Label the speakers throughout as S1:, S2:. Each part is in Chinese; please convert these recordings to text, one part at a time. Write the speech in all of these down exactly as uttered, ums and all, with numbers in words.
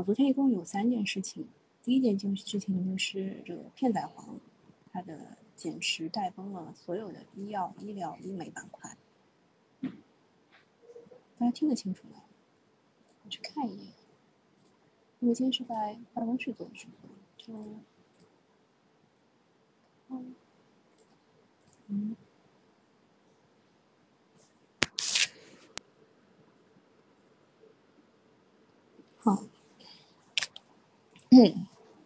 S1: 好，昨天一共有三件事情。第一件事情就是这个片仔癀，它的减持带崩了所有的医药、医疗、医美板块。大家听得清楚吗？我去看一眼，因为今天是在办公室做的直播，就嗯嗯，好，嗯，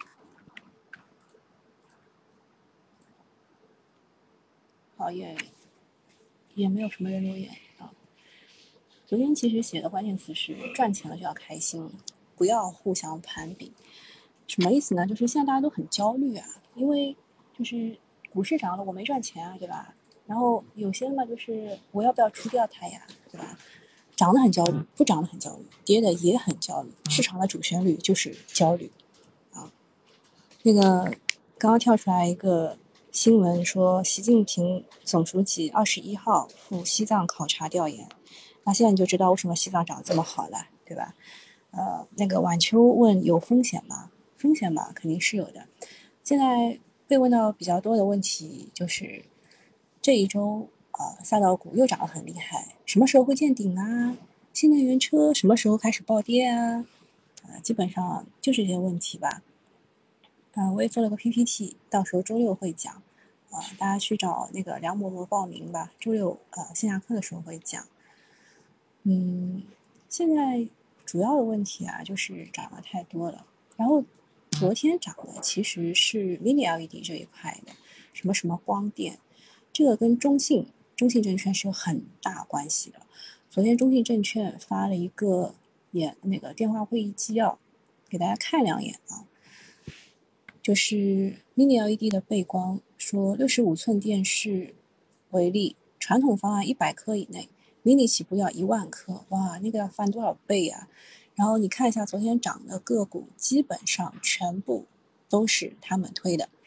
S1: 好也也没有什么人留言啊。昨天其实写的关键词是赚钱了就要开心，不要互相攀比。什么意思呢？就是现在大家都很焦虑啊，因为就是股市涨了我没赚钱啊，对吧？然后有些嘛就是我要不要出掉它呀，对吧？涨得很焦虑，不涨得很焦虑，跌的也很焦虑。市场的主旋律就是焦虑啊。那个刚刚跳出来一个新闻说，习近平总书记二十一号赴西藏考察调研，那现在你就知道为什么西藏涨得这么好了，对吧？呃，那个晚秋问有风险吗？风险嘛，肯定是有的。现在被问到比较多的问题就是这一周啊、呃，赛道股又涨得很厉害，什么时候会见顶啊？新能源车什么时候开始暴跌啊？啊、呃，基本上就是这些问题吧。啊、呃，我也做了个 P P T， 到时候周六会讲。啊、呃，大家去找那个梁伯伯报名吧，周六呃线下课的时候会讲。嗯，现在主要的问题啊，就是涨得太多了。然后昨天涨的其实是 Mini L E D 这一块的，什么什么光电，这个跟中信中信证券是有很大关系的。昨天中信证券发了一个也那个电话会议纪要，给大家看两眼啊，就是 Mini L E D 的背光说六十五寸电视为例，传统方案一百颗以内。mini 起步要一万颗，哇，那个要翻多少倍啊？然后你看一下昨天涨的个股，基本上全部都是他们推的。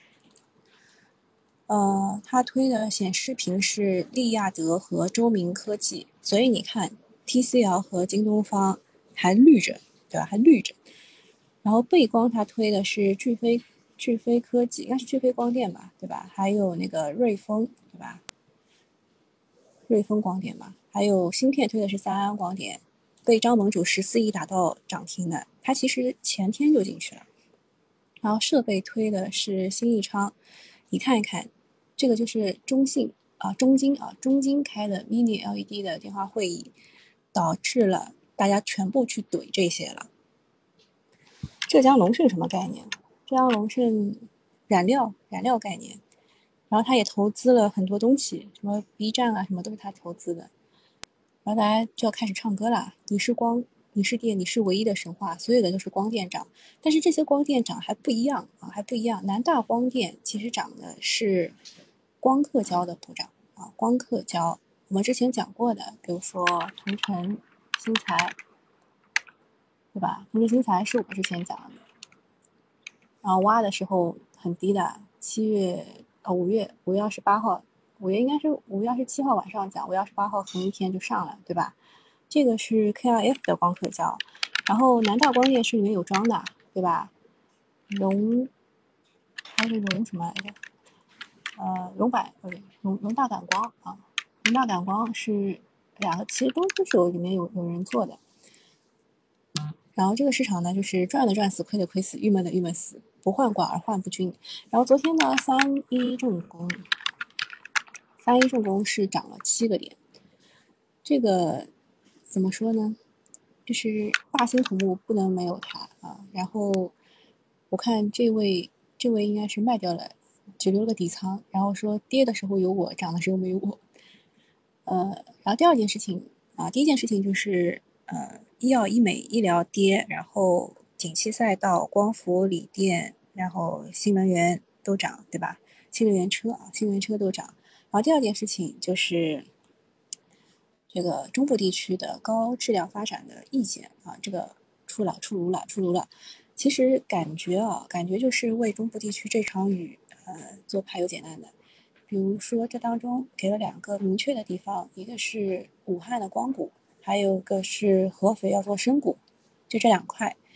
S1: 呃，他推的显示屏是利亚德和周明科技，所以你看 T C L 和京东方还绿着，对吧？还绿着。然后背光他推的是巨飞巨飞科技，应该是巨飞光电吧，对吧？还有那个瑞丰，对吧？瑞丰光电嘛，还有芯片推的是三安光电，被张盟主十四亿打到涨停的，它其实前天就进去了。然后设备推的是新义昌，你看一看，这个就是中信啊、中金啊、中金开的 Mini L E D 的电话会议，导致了大家全部去怼这些了。浙江龙盛什么概念？浙江龙盛染料染料概念。然后他也投资了很多东西，什么 B 站啊，什么都是他投资的。然后大家就要开始唱歌了，你是光，你是电，你是唯一的神话，所有的都是光电涨。但是这些光电涨还不一样啊，还不一样。南大光电其实涨的是光刻胶的补涨啊，光刻胶我们之前讲过的，比如说同城新材，对吧？同城新材是我们之前讲的，然后挖的时候很低的，七月呃五月五月二十八号，五月应该是五月二十七号晚上讲，五月二十八号横一天就上了，对吧？这个是 K R F 的光刻胶，然后南大光电是里面有装的，对吧？龙还是龙什么来着？呃，龙百不对，龙龙大感光啊，龙大感光是两个，其实都都是有里面有有人做的。然后这个市场呢，就是赚的赚死，亏的亏死，郁闷的郁闷死，不患寡而患不均。然后昨天呢，三一重工，三一重工是涨了七个点。这个怎么说呢？就是大兴土木不能没有它啊。然后我看这位这位应该是卖掉了，只留了个底仓，然后说跌的时候有我，涨的时候没有我。呃，然后第二件事情啊，第一件事情就是呃，医药、医美、医疗跌，然后景气赛道、光伏、锂电，然后新能源都涨，对吧？新能源车啊，新能源车都涨。然后第二件事情就是这个中部地区的高质量发展的意见啊，这个出了出炉了出炉了。其实感觉啊，感觉就是为中部地区这场雨呃做排忧解难的。比如说这当中给了两个明确的地方，一个是武汉的光谷，还有一个是合肥要做深谷，就这两块。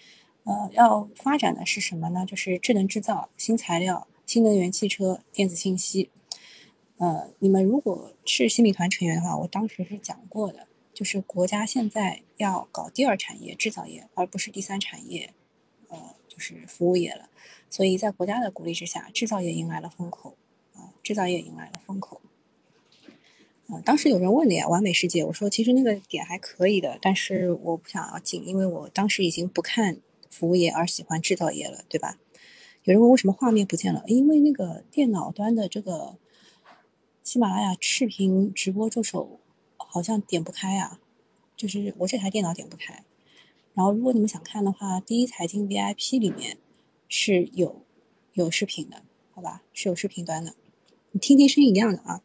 S1: 呃，要发展的是什么呢？就是智能制造、新材料、新能源汽车、电子信息。呃，你们如果是新米团成员的话，我当时是讲过的，就是国家现在要搞第二产业制造业，而不是第三产业，呃，就是服务业了。所以在国家的鼓励之下，制造业迎来了风口，啊、呃，制造业迎来了风口。呃，当时有人问的呀，完美世界，我说其实那个点还可以的，但是我不想要进，因为我当时已经不看服务业而喜欢制造业了，对吧？有人问为什么画面不见了，因为那个电脑端的这个喜马拉雅视频直播助手好像点不开啊，就是我这台电脑点不开。然后如果你们想看的话，第一财经 V I P 里面是有有视频的，好吧，是有视频端的，你听听声音一样的啊。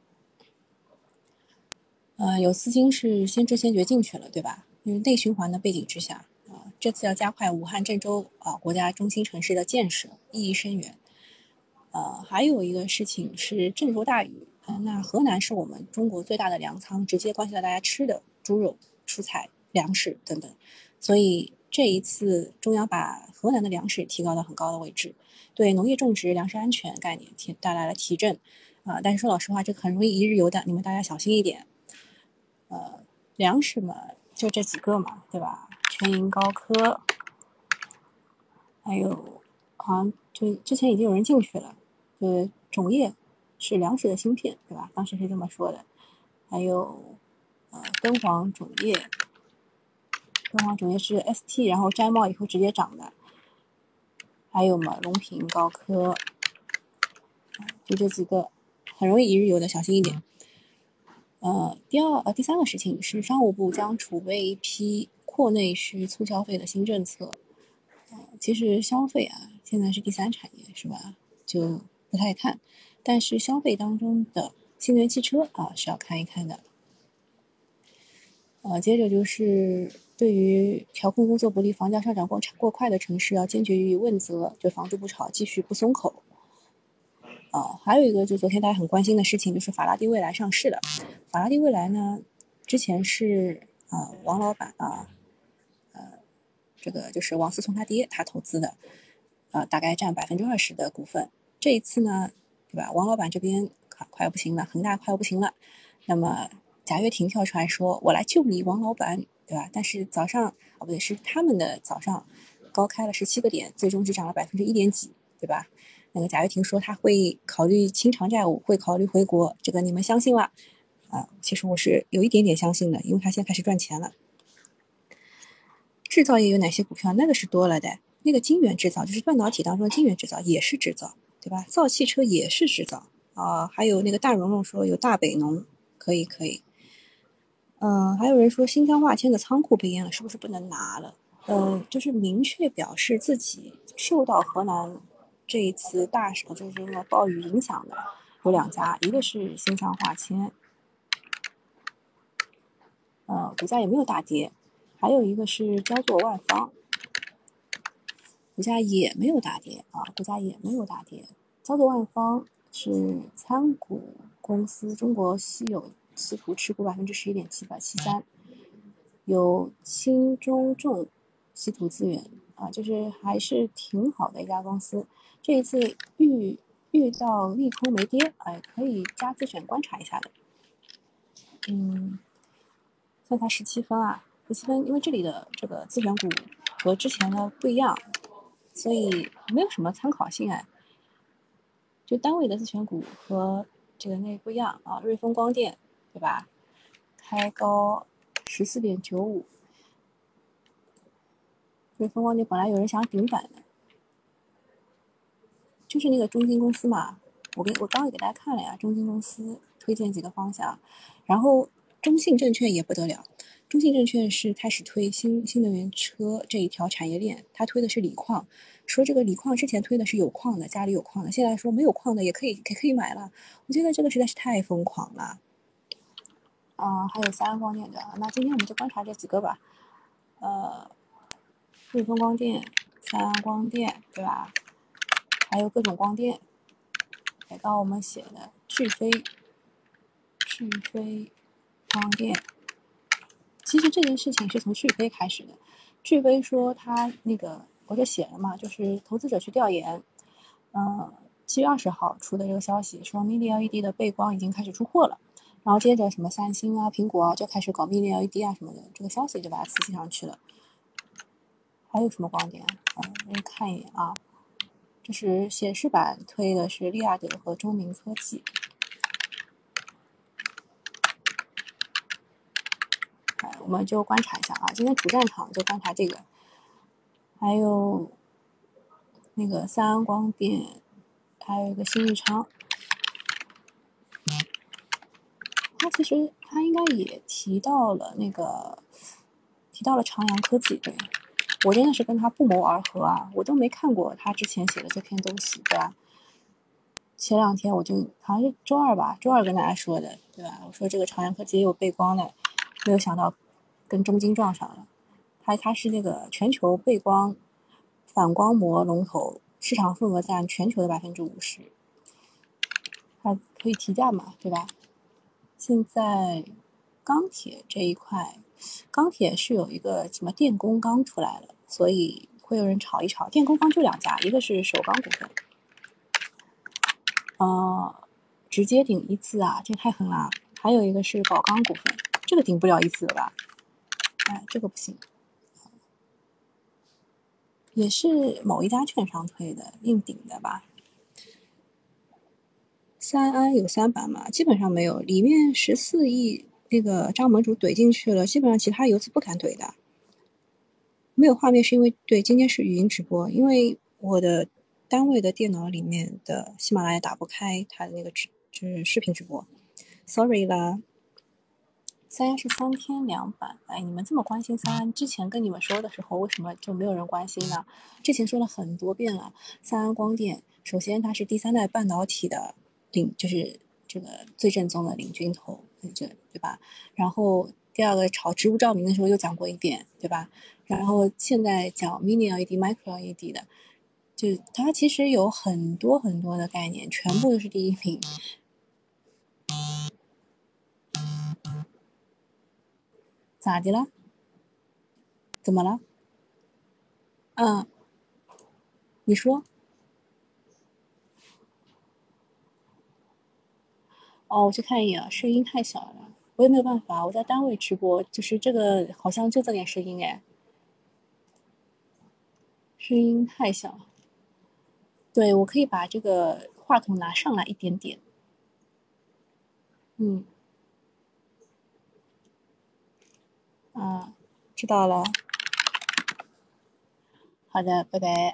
S1: 呃，有资金是先知先觉进去了，对吧？因为内循环的背景之下，啊、呃，这次要加快武汉、郑州啊、呃、国家中心城市的建设，意义深远。呃，还有一个事情是郑州大雨，呃，那河南是我们中国最大的粮仓，直接关系到大家吃的猪肉、蔬菜、粮食等等，所以这一次中央把河南的粮食提高到很高的位置，对农业种植、粮食安全概念提带来了提振，啊、呃，但是说老实话，这个很容易一日游的，你们大家小心一点。呃，粮食嘛，就这几个嘛，对吧？全银高科，还有好像就之前已经有人进去了，呃，种业是粮食的芯片，对吧？当时是这么说的。还有呃，敦煌种业，敦煌种业是 S T， 然后摘帽以后直接涨的。还有嘛，隆平高科，就这几个，很容易一日游的，小心一点。呃，第二呃第三个事情是商务部将储备一批扩内需促消费的新政策。呃，其实消费啊，现在是第三产业是吧？就不太看，但是消费当中的新能源汽车啊是要看一看的。呃，接着就是对于调控工作不力、房价上涨过过快的城市，要坚决予以问责，就房住不炒，继续不松口。啊、呃，还有一个就昨天大家很关心的事情，就是法拉第未来上市了。法拉第未来呢，之前是啊、呃、王老板啊，呃，这个就是王思聪他爹他投资的，呃，大概占百分之二十的股份。这一次呢，对吧？王老板这边快快要不行了，恒大快要不行了，那么贾跃亭跳出来说：“我来救你，王老板，对吧？”但是早上哦不对，是他们的早上高开了十七个点，最终只涨了百分之一点几，对吧？那个贾跃亭说他会考虑清偿债务，会考虑回国，这个你们相信了啊？其实我是有一点点相信的，因为他现在开始赚钱了。制造业有哪些股票？那个是多了的。那个晶圆制造就是半导体当中的晶圆制造也是制造，对吧？造汽车也是制造啊、呃。还有那个大蓉蓉说有大北农，可以可以。嗯、呃，还有人说新疆化纤的仓库被淹了，是不是不能拿了？呃，就是明确表示自己受到河南这一次大手就是因为暴雨影响的有两家，一个是新疆化纤，呃，股价也没有大跌，还有一个是焦作万方。股价也没有大跌啊，股价也没有大跌。焦作万方是参股公司中国稀有稀土持股百分之十一点七八七三，有轻中重稀土资源啊，就是还是挺好的一家公司。这一次遇遇到利空没跌，哎，可以加自选观察一下的。嗯，现在才十七分啊，十七分，因为这里的这个自选股和之前的不一样。所以没有什么参考性哎，就单位的自选股和这个那不一样啊。瑞丰光电对吧？开高十四点九五，瑞丰光电本来有人想顶板的，就是那个中金公司嘛。我给我刚刚给大家看了呀，中金公司推荐几个方向，然后中信证券也不得了。中信证券是开始推新新能源车这一条产业链，它推的是锂矿，说这个锂矿之前推的是有矿的，家里有矿的，现在说没有矿的也可以也可以买了。我觉得这个实在是太疯狂了。啊、呃，还有三安光电的，那今天我们就观察这几个吧。呃，瑞丰光电、三安光电，对吧？还有各种光电，刚刚我们写的巨飞、巨飞光电。其实这件事情是从讯飞开始的， 据微说他那个我这写了嘛，就是投资者去调研，呃，七月二十号出的这个消息说 Mini L E D 的背光已经开始出货了，然后接着什么三星啊、苹果啊就开始搞 Mini L E D 啊什么的，这个消息就把它刺激上去了。还有什么光点？嗯，我们看一眼啊，这是显示板推的是利亚德和中明科技。哎，我们就观察一下啊，今天主战场就观察这个，还有那个三安光电，还有一个新日昌。他其实他应该也提到了那个，提到了长阳科技。对，我真的是跟他不谋而合啊，我都没看过他之前写的这篇东西，对吧？前两天我就好像是周二吧，周二跟大家说的，对吧？我说这个长阳科技也有背光的，没有想到跟中金撞上了。它它是那个全球背光反光膜龙头，市场份额占全球的百分之五十，它可以提价嘛，对吧？现在钢铁这一块，钢铁是有一个什么电工钢出来了，所以会有人炒一炒。电工钢就两家，一个是首钢股份，呃，直接顶一字啊，这太狠了。还有一个是宝钢股份，这个顶不了一字了吧？哎，这个不行。也是某一家券商推的，硬顶的吧。三安有三板嘛，基本上没有，里面十四亿那个张盟主怼进去了，基本上其他游资不敢怼的。没有画面是因为对，今天是语音直播，因为我的单位的电脑里面的喜马拉雅打不开它的那个直就是视频直播 ，sorry 啦。三安是三天两板，哎，你们这么关心三安，之前跟你们说的时候，为什么就没有人关心呢？之前说了很多遍了，三安光电，首先它是第三代半导体的领，就是这个最正宗的领军头，这对吧？然后第二个炒植物照明的时候又讲过一遍，对吧？然后现在讲 Mini L E D、Micro L E D 的，就它其实有很多很多的概念，全部都是第一名。咋的了？怎么了？嗯，你说。哦，我去看一眼，声音太小了，我也没有办法，我在单位直播，就是这个好像就这点声音哎，声音太小。对，我可以把这个话筒拿上来一点点。嗯，啊，知道了。好的，拜拜。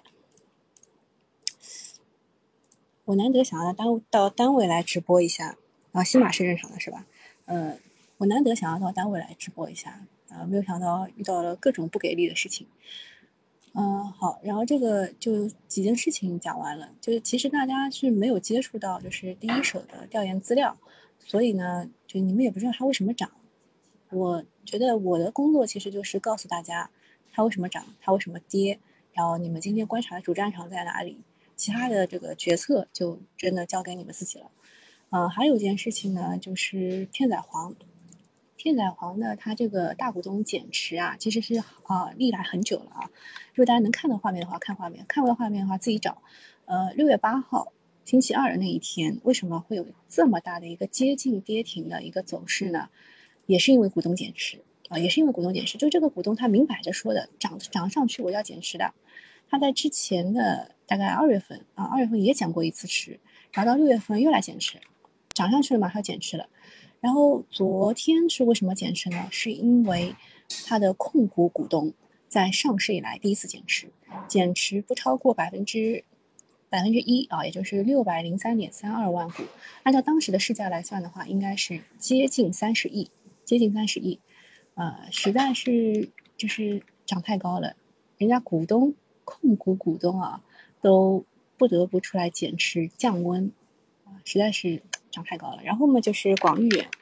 S1: 我难得想要到单到单位来直播一下，啊，西马是正常的是吧？呃，我难得想要到单位来直播一下，啊，没有想到遇到了各种不给力的事情。嗯，好，然后这个就几件事情讲完了，就是其实大家是没有接触到就是第一手的调研资料，所以呢，就你们也不知道它为什么涨。我觉得我的工作其实就是告诉大家它为什么涨，它为什么跌，然后你们今天观察的主战场在哪里，其他的这个决策就真的交给你们自己了。呃，还有一件事情呢，就是片仔癀。片仔癀呢，它这个大股东减持啊，其实是啊、呃、历来很久了啊。如果大家能看到画面的话，看画面；看不到画面的话，自己找。呃，六月八号星期二的那一天，为什么会有这么大的一个接近跌停的一个走势呢？也是因为股东减持啊、呃，也是因为股东减持。就这个股东他明摆着说的，涨涨上去我要减持的。他在之前的大概二月份啊，二月份也减过一次持，然后到六月份又来减持，涨上去了马上减持了。然后昨天是为什么减持呢？是因为它的控股股东在上市以来第一次减持，减持不超过百分之百分之一啊，也就是六百零三点三二万股。按照当时的市价来算的话，应该是接近三十亿，接近三十亿，呃，实在是就是涨太高了，人家股东控股股东啊都不得不出来减持降温，啊，实在是涨太高了。然后呢，就是广誉远。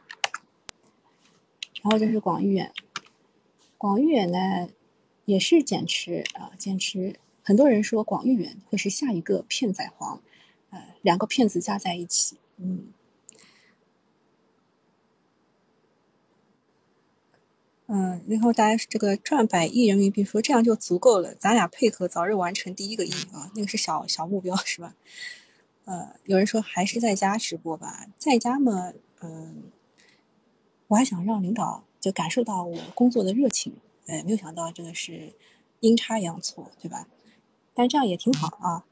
S1: 然后就是广誉远，广誉远呢也是减持啊，减持。很多人说广誉远会是下一个片仔癀，呃，两个骗子加在一起，嗯， 嗯，然后大家这个赚百亿人民币说这样就足够了，咱俩配合早日完成第一个亿啊，那个是小小目标是吧？呃，有人说还是在家直播吧，在家嘛，嗯、我还想让领导就感受到我工作的热情，呃，没有想到这个是阴差阳错，对吧？但这样也挺好啊。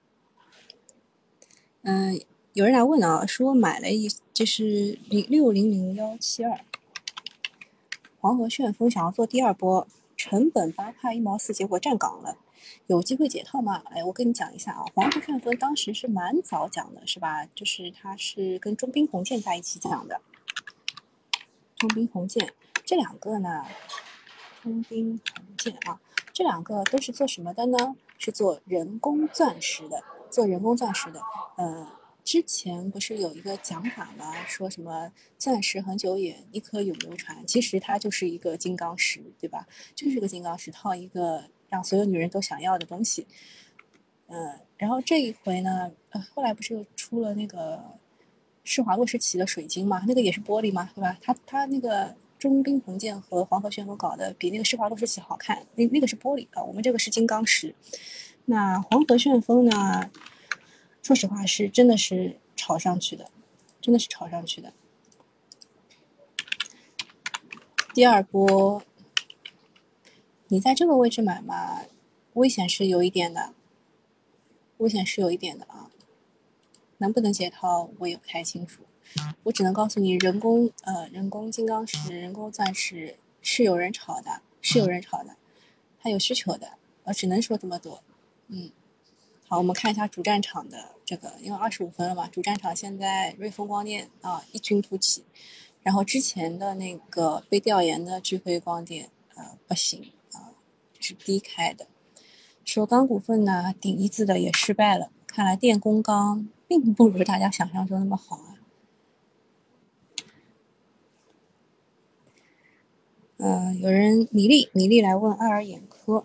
S1: 嗯、呃有人来问啊，说买了一就是零六零零幺七二黄河旋风，想要做第二波，成本八块一毛四，结果站岗了，有机会解套吗？哎，我跟你讲一下啊，黄河旋风当时是蛮早讲的，是吧？就是它是跟中兵红箭在一起讲的，中兵红箭这两个呢，中兵红箭啊，这两个都是做什么的呢？是做人工钻石的，做人工钻石的。呃，之前不是有一个讲法吗？说什么钻石恒久远，一颗永流传。其实它就是一个金刚石，对吧？就是个金刚石套一个让所有女人都想要的东西。嗯、呃，然后这一回呢，呃，后来不是又出了那个施华洛世奇的水晶嘛，那个也是玻璃嘛，对吧？它它那个中兵红箭和黄河旋风搞的比那个施华洛世奇好看，那那个是玻璃啊，我们这个是金刚石。那黄河旋风呢？说实话是真的是炒上去的，真的是炒上去的。第二波，你在这个位置买嘛，危险是有一点的，危险是有一点的啊。能不能解套我也不太清楚，我只能告诉你，人工呃人工金刚石、人工钻石是有人炒的，是有人炒的，它有需求的，我只能说这么多。嗯，好，我们看一下主战场的这个，因为二十五分了嘛，主战场现在瑞丰光电啊异军突起，然后之前的那个被调研的聚辉光电呃不行啊，这是低开的。首钢股份呢，顶一字的也失败了，看来电工钢并不如大家想象中那么好啊。呃，有人米粒米粒来问爱尔眼科，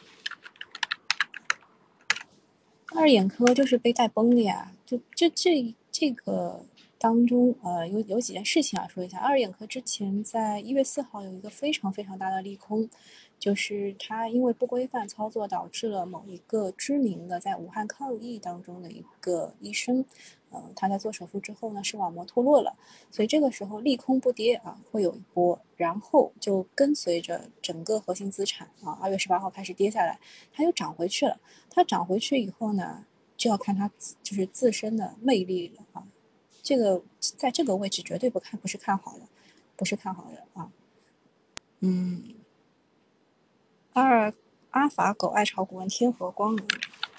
S1: 爱尔眼科就是被带崩的呀，就这这这个当中，呃，有有几件事情啊，说一下。爱尔眼科之前在一月四号有一个非常非常大的利空，就是它因为不规范操作导致了某一个知名的在武汉抗疫当中的一个医生，呃，他在做手术之后呢，视网膜脱落了，所以这个时候利空不跌啊，会有一波，然后就跟随着整个核心资产啊，二月十八号开始跌下来，它又涨回去了。它涨回去以后呢，就要看它就是自身的魅力了啊。这个在这个位置绝对不看，不是看好的，不是看好的啊。嗯，二阿法狗爱炒股问天合光能，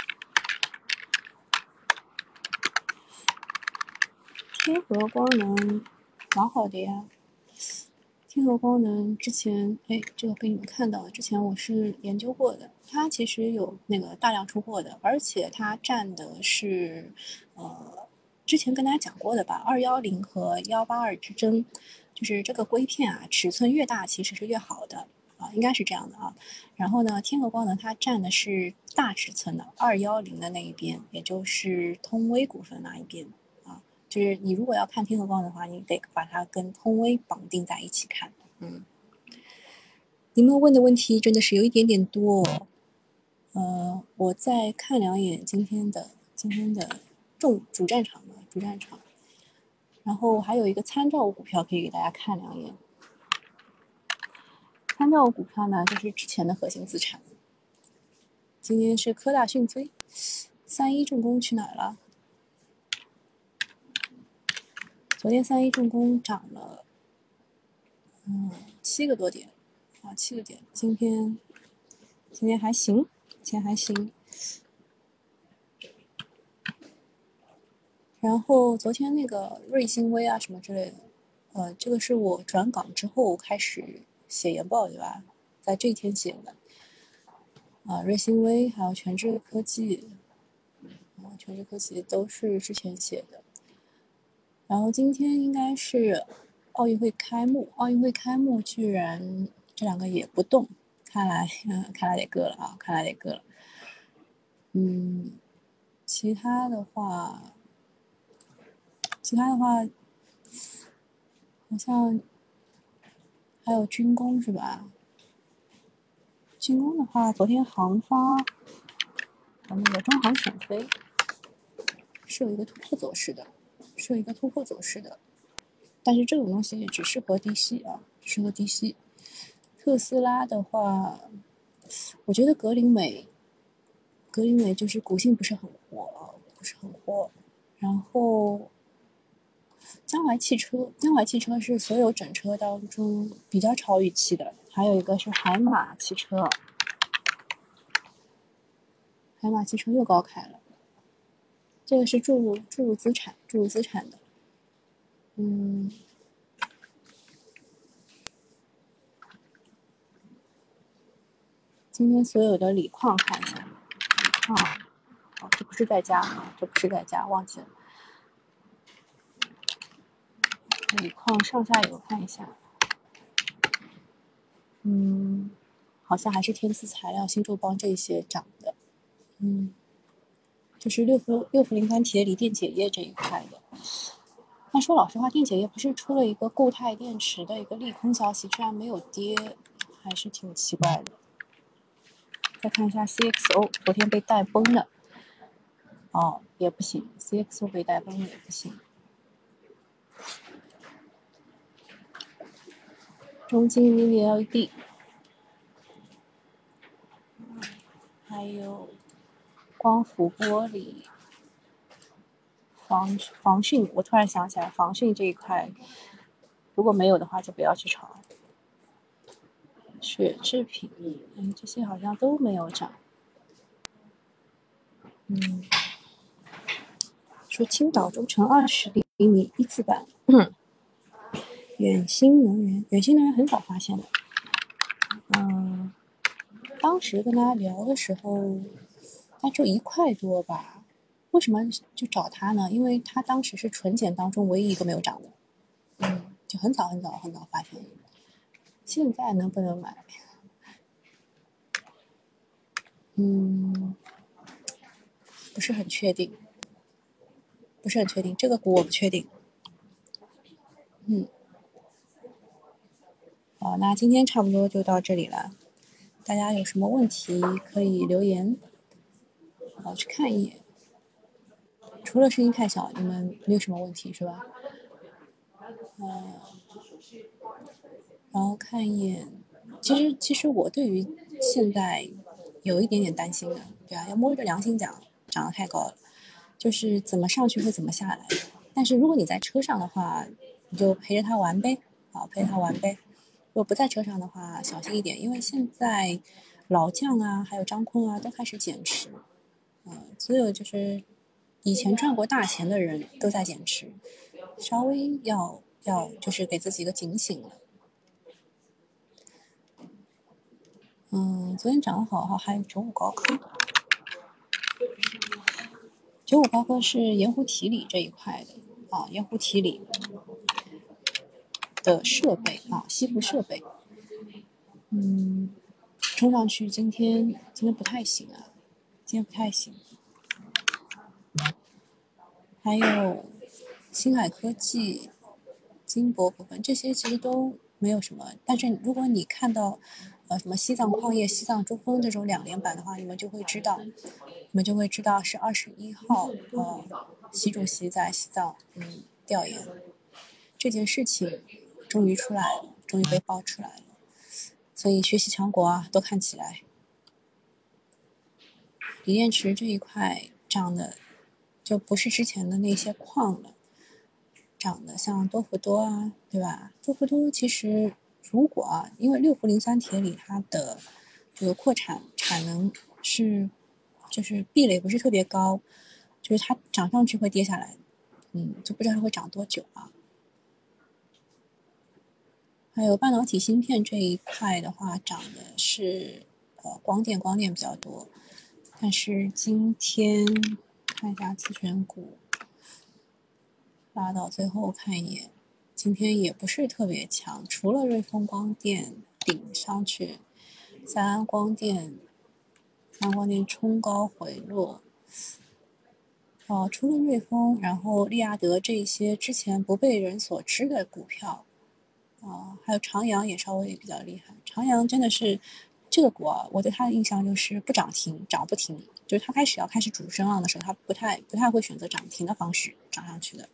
S1: 天合光能蛮好的呀。天合光能之前，哎，这个被你们看到了，之前我是研究过的，它其实有那个大量出货的，而且它占的是，呃，之前跟大家讲过的吧，二幺零和幺八二之争，就是这个硅片啊，尺寸越大其实是越好的啊，应该是这样的啊。然后呢，天合光能它占的是大尺寸的二幺零的那一边，也就是通威股份那一边。就是你如果要看天合光的话，你得把它跟通威绑定在一起看。嗯，你们问的问题真的是有一点点多哦。呃，我再看两眼今天的今天的重主战场的主战场，然后还有一个参照股票可以给大家看两眼。参照股票呢，就是之前的核心资产。今天是科大讯飞，三一重工去哪儿了？昨天三一重工涨了，嗯，七个多点，啊，七个点。今天，今天还行，今天还行。然后昨天那个瑞星微啊什么之类的，呃，这个是我转岗之后开始写研报对吧？在这一天写的。啊、呃，瑞星微还有全智科技，啊、呃，全智科技都是之前写的。然后今天应该是奥运会开幕，奥运会开幕居然这两个也不动，看来，嗯，看来得割了啊，看来得割了。嗯，其他的话，其他的话，好像还有军工是吧？军工的话，昨天航发和那个中航沈飞是有一个突破走势的，是有一个突破走势的。但是这种东西只适合低吸啊，只适合低吸。特斯拉的话，我觉得格林美，格林美就是股性不是很活，不是很活。然后，江淮汽车，江淮汽车是所有整车当中比较超预期的。还有一个是海马汽车，海马汽车又高开了，这个是注入注入资产，注入资产的。嗯。今天所有的锂矿看一下，锂矿，哦，这不是在家啊，这不是在家，忘记了。锂矿上下游看一下，嗯，好像还是天赐材料、新洲邦这些涨的，嗯，就是六氟六氟磷酸铁锂电解液这一块的。但说老实话，电解液不是出了一个固态电池的一个利空消息，居然没有跌，还是挺奇怪的。再看一下 C X O， 昨天被带崩的，哦，也不行 ，C X O 被带崩也不行。中金 Mini L E D， 还有光伏玻璃、防防汛。我突然想起来，防汛这一块，如果没有的话，就不要去炒。雪制品，嗯，这些好像都没有涨。嗯，说青岛中程二十厘米一字板，嗯，远星能源，远星能源很早发现的。嗯，当时跟他聊的时候，他就一块多吧。为什么就找他呢？因为他当时是纯碱当中唯一一个没有涨的。嗯，就很早很早很早发现。现在能不能买？嗯，不是很确定，不是很确定，这个股我不确定。嗯，好，那今天差不多就到这里了。大家有什么问题可以留言，我去看一眼。除了声音太小，你们没有什么问题是吧？嗯，然后看一眼，其实其实我对于现在有一点点担心的，对啊，要摸着良心讲，涨得太高了，就是怎么上去会怎么下来。但是如果你在车上的话，你就陪着它玩呗，啊，陪着它玩呗。如果不在车上的话，小心一点，因为现在老将啊，还有张坤啊，都开始减持，嗯、呃，所有就是以前赚过大钱的人都在减持，稍微要要就是给自己一个警醒了。嗯，昨天涨得好哈，还有九五高科，九五高科是盐湖提锂这一块的啊，盐湖提锂的设备啊，吸附设备，嗯，冲上去，今天今天不太行啊，今天不太行。还有星海科技、金博股份这些其实都没有什么，但是如果你看到呃什么西藏矿业、西藏珠峰这种两连板的话，你们就会知道，你们就会知道是二十一号呃习主席在西藏嗯调研这件事情终于出来了，终于被爆出来了，所以学习强国啊都看起来，锂电池这一块涨的就不是之前的那些矿了。涨的像多氟多啊，对吧？多氟多其实如果啊，因为六氟磷酸铁锂它的这个扩产产能是就是壁垒不是特别高，就是它涨上去会跌下来，嗯，就不知道它会涨多久啊。还有半导体芯片这一块的话，涨的是呃光电光电比较多，但是今天看一下自选股。拉到最后看一眼，今天也不是特别强，除了瑞丰光电顶上去，三安光电，三安光电冲高回落，哦，除了瑞丰，然后利亚德这些之前不被人所知的股票， 啊，还有长阳也稍微比较厉害。长阳真的是这个股啊，我对它的印象就是不涨停，涨不停。就是它开始要开始主升浪的时候，它不太不太会选择涨停的方式涨上去的。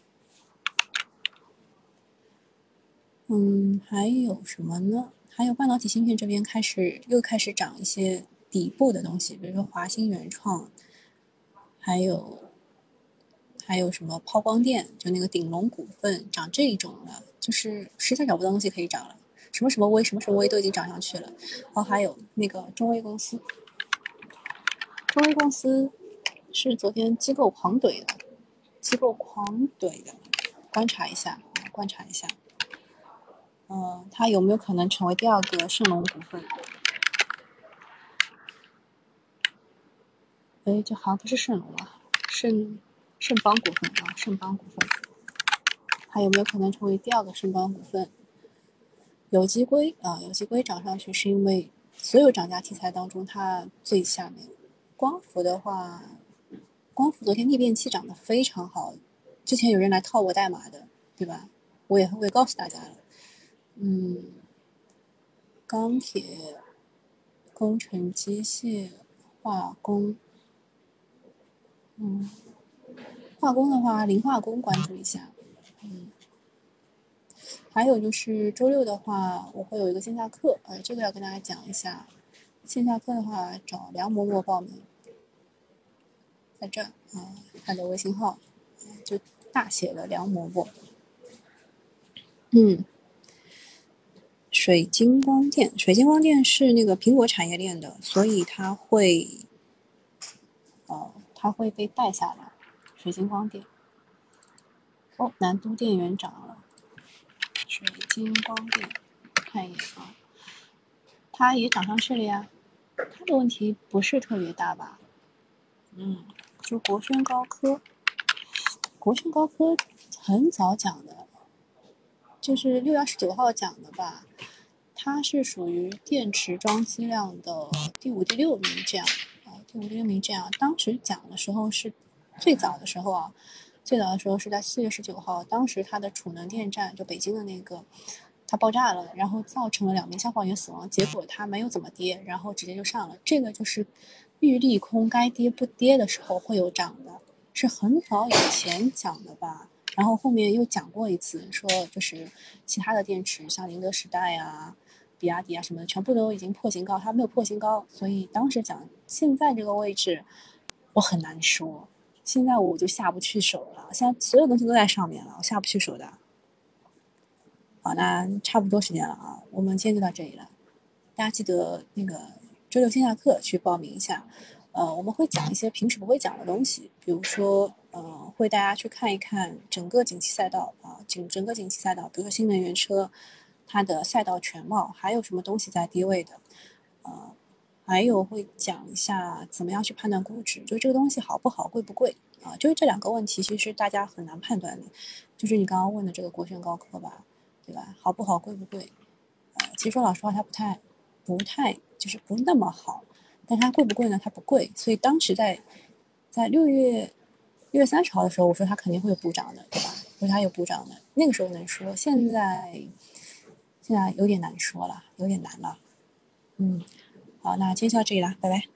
S1: 嗯，还有什么呢？还有半导体芯片这边开始又开始涨一些底部的东西，比如说华星原创，还有还有什么抛光电，就那个鼎龙股份涨这一种的，就是实在找不到东西可以涨了。什么什么微，什么什么微都已经涨上去了。哦，还有那个中微公司，中微公司是昨天机构狂怼的，机构狂怼的，观察一下，观察一下。嗯、呃，它有没有可能成为第二个盛隆股份？哎，这好像不是盛隆啊，盛盛邦股份啊，盛邦股份，它有没有可能成为第二个盛邦股份？有机硅啊，有机硅涨上去是因为所有涨价题材当中它最下面。光伏的话，光伏昨天逆变器涨得非常好，之前有人来套我代码的，对吧？我也我也告诉大家了，嗯，钢铁、工程机械、化工，嗯，化工的话，磷化工关注一下，嗯。还有就是周六的话，我会有一个线下课，呃，这个要跟大家讲一下。线下课的话，找梁嬷嬷报名，在这儿啊，他的微信号就大写的梁嬷嬷。嗯，水晶光电，水晶光电是那个苹果产业链的，所以它会，呃，它会被带下来。水晶光电，哦，南都电源涨了，水晶光电，看一眼啊。它也涨上去了呀，它的问题不是特别大吧？嗯，就国轩高科，国轩高科很早讲的，就是六月二十九号讲的吧。它是属于电池装机量的第五、第六名这样啊，第五、第六名这样。当时讲的时候是最早的时候啊，最早的时候是在四月十九号，当时它的储能电站就北京的那个。它爆炸了，然后造成了两名消防员死亡，结果它没有怎么跌，然后直接就上了。这个就是遇利空该跌不跌的时候会有涨的，是很早以前讲的吧。然后后面又讲过一次，说就是其他的电池，像宁德时代啊、比亚迪啊什么的，全部都已经破新高，它没有破新高，所以当时讲现在这个位置，我很难说。现在我就下不去手了，现在所有东西都在上面了，我下不去手的。好，那差不多时间了啊，我们今天就到这里了。大家记得那个周六线下课去报名一下。呃，我们会讲一些平时不会讲的东西，比如说，呃，会大家去看一看整个景气赛道啊，整整个景气赛道，比如说新能源车，它的赛道全貌，还有什么东西在低位的，呃，还有会讲一下怎么样去判断估值，就这个东西好不好，贵不贵啊？就是这两个问题，其实大家很难判断的。就是你刚刚问的这个国轩高科吧。对吧？好不好，贵不贵？呃，其实说老实话，它不太，不太，就是不那么好。但它贵不贵呢？它不贵。所以当时在，在六月六月三十号的时候，我说它肯定会有补涨的，对吧？我说它有补涨的，那个时候能说。现在，现在有点难说了，有点难了。嗯，好，那今天就到这里了，拜拜。